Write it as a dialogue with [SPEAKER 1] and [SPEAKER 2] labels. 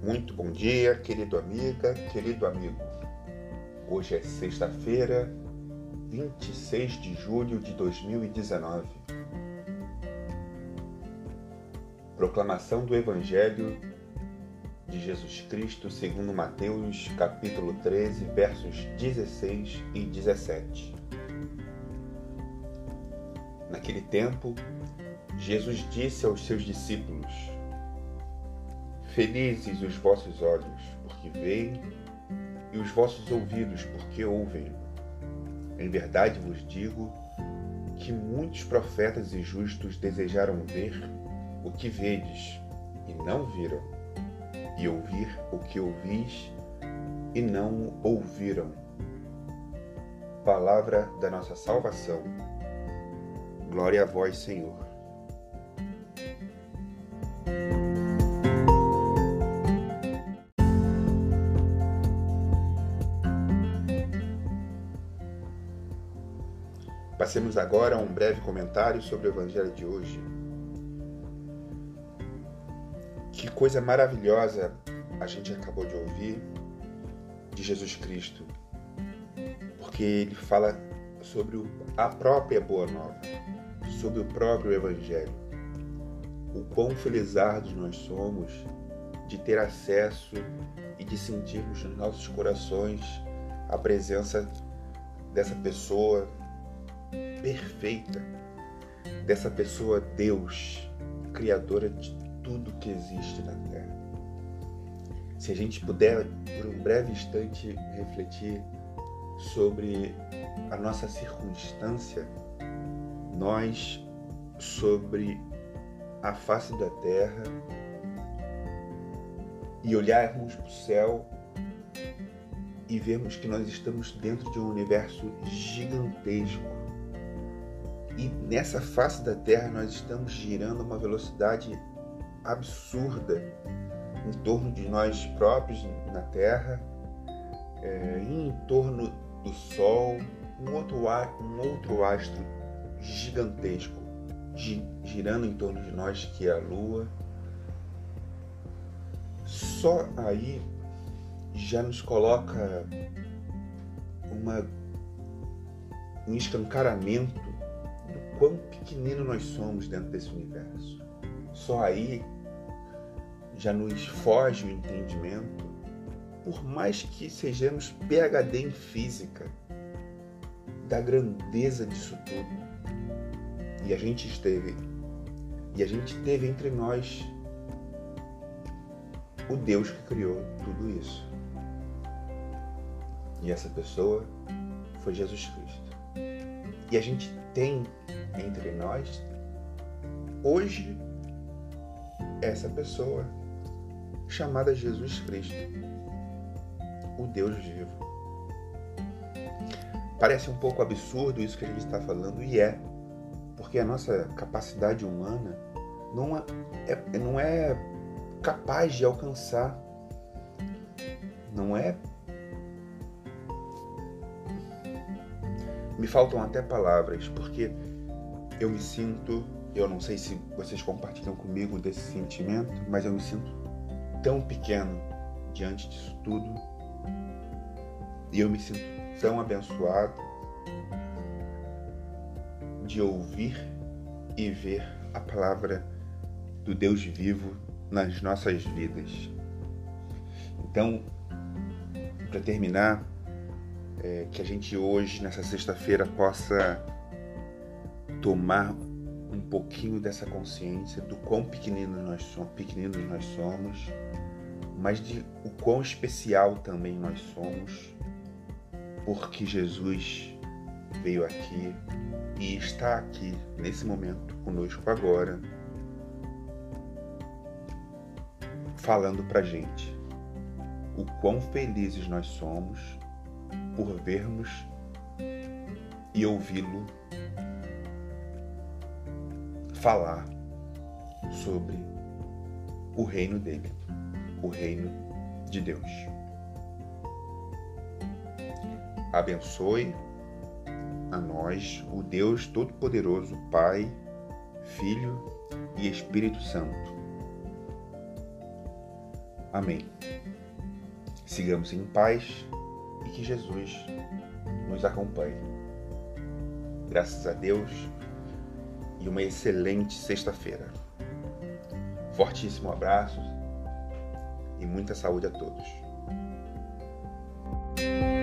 [SPEAKER 1] Muito bom dia, querido amiga, querido amigo. Hoje é sexta-feira, 26 de julho de 2019. Proclamação do Evangelho de Jesus Cristo segundo Mateus, capítulo 13, versos 16 e 17. Naquele tempo, Jesus disse aos seus discípulos: Felizes os vossos olhos, porque veem, e os vossos ouvidos, porque ouvem. Em verdade vos digo que muitos profetas e justos desejaram ver o que vedes e não viram, e ouvir o que ouvis e não ouviram. Palavra da nossa salvação. Glória a vós, Senhor. Passemos agora a um breve comentário sobre o Evangelho de hoje. Que coisa maravilhosa a gente acabou de ouvir de Jesus Cristo, porque ele fala sobre a própria Boa Nova, sobre o próprio Evangelho. O quão felizardos nós somos de ter acesso e de sentirmos nos nossos corações a presença dessa pessoa perfeita, dessa pessoa Deus, criadora de tudo que existe na Terra. Se a gente puder, por um breve instante, refletir sobre a nossa circunstância, nós, sobre a face da Terra, e olharmos para o céu e vermos que nós estamos dentro de um universo gigantesco. E nessa face da Terra nós estamos girando a uma velocidade absurda em torno de nós próprios na Terra, em torno do Sol, um outro astro gigantesco girando em torno de nós, que é a Lua. Só aí já nos coloca um escancaramento do quão pequenino nós somos dentro desse universo. Só aí já nos foge o entendimento, por mais que sejamos PhD em física, da grandeza disso tudo. E a gente teve entre nós o Deus que criou tudo isso. E essa pessoa foi Jesus Cristo. E a gente tem entre nós, hoje, essa pessoa chamada Jesus Cristo, o Deus vivo. Parece um pouco absurdo isso que a gente está falando, e porque a nossa capacidade humana não é capaz de alcançar, me faltam até palavras, porque eu me sinto, eu não sei se vocês compartilham comigo desse sentimento, mas eu me sinto tão pequeno diante disso tudo, e eu me sinto tão abençoado de ouvir e ver a palavra do Deus vivo nas nossas vidas. Então, para terminar, que a gente hoje, nessa sexta-feira, possa tomar um pouquinho dessa consciência do quão pequeninos nós somos, mas de o quão especial também nós somos, porque Jesus veio aqui e está aqui nesse momento conosco agora, falando pra gente o quão felizes nós somos por vermos e ouvi-lo falar sobre o reino dele, o reino de Deus. Abençoe a nós o Deus Todo-Poderoso, Pai, Filho e Espírito Santo. Amém. Sigamos em paz e que Jesus nos acompanhe. Graças a Deus e uma excelente sexta-feira. Fortíssimo abraço e muita saúde a todos.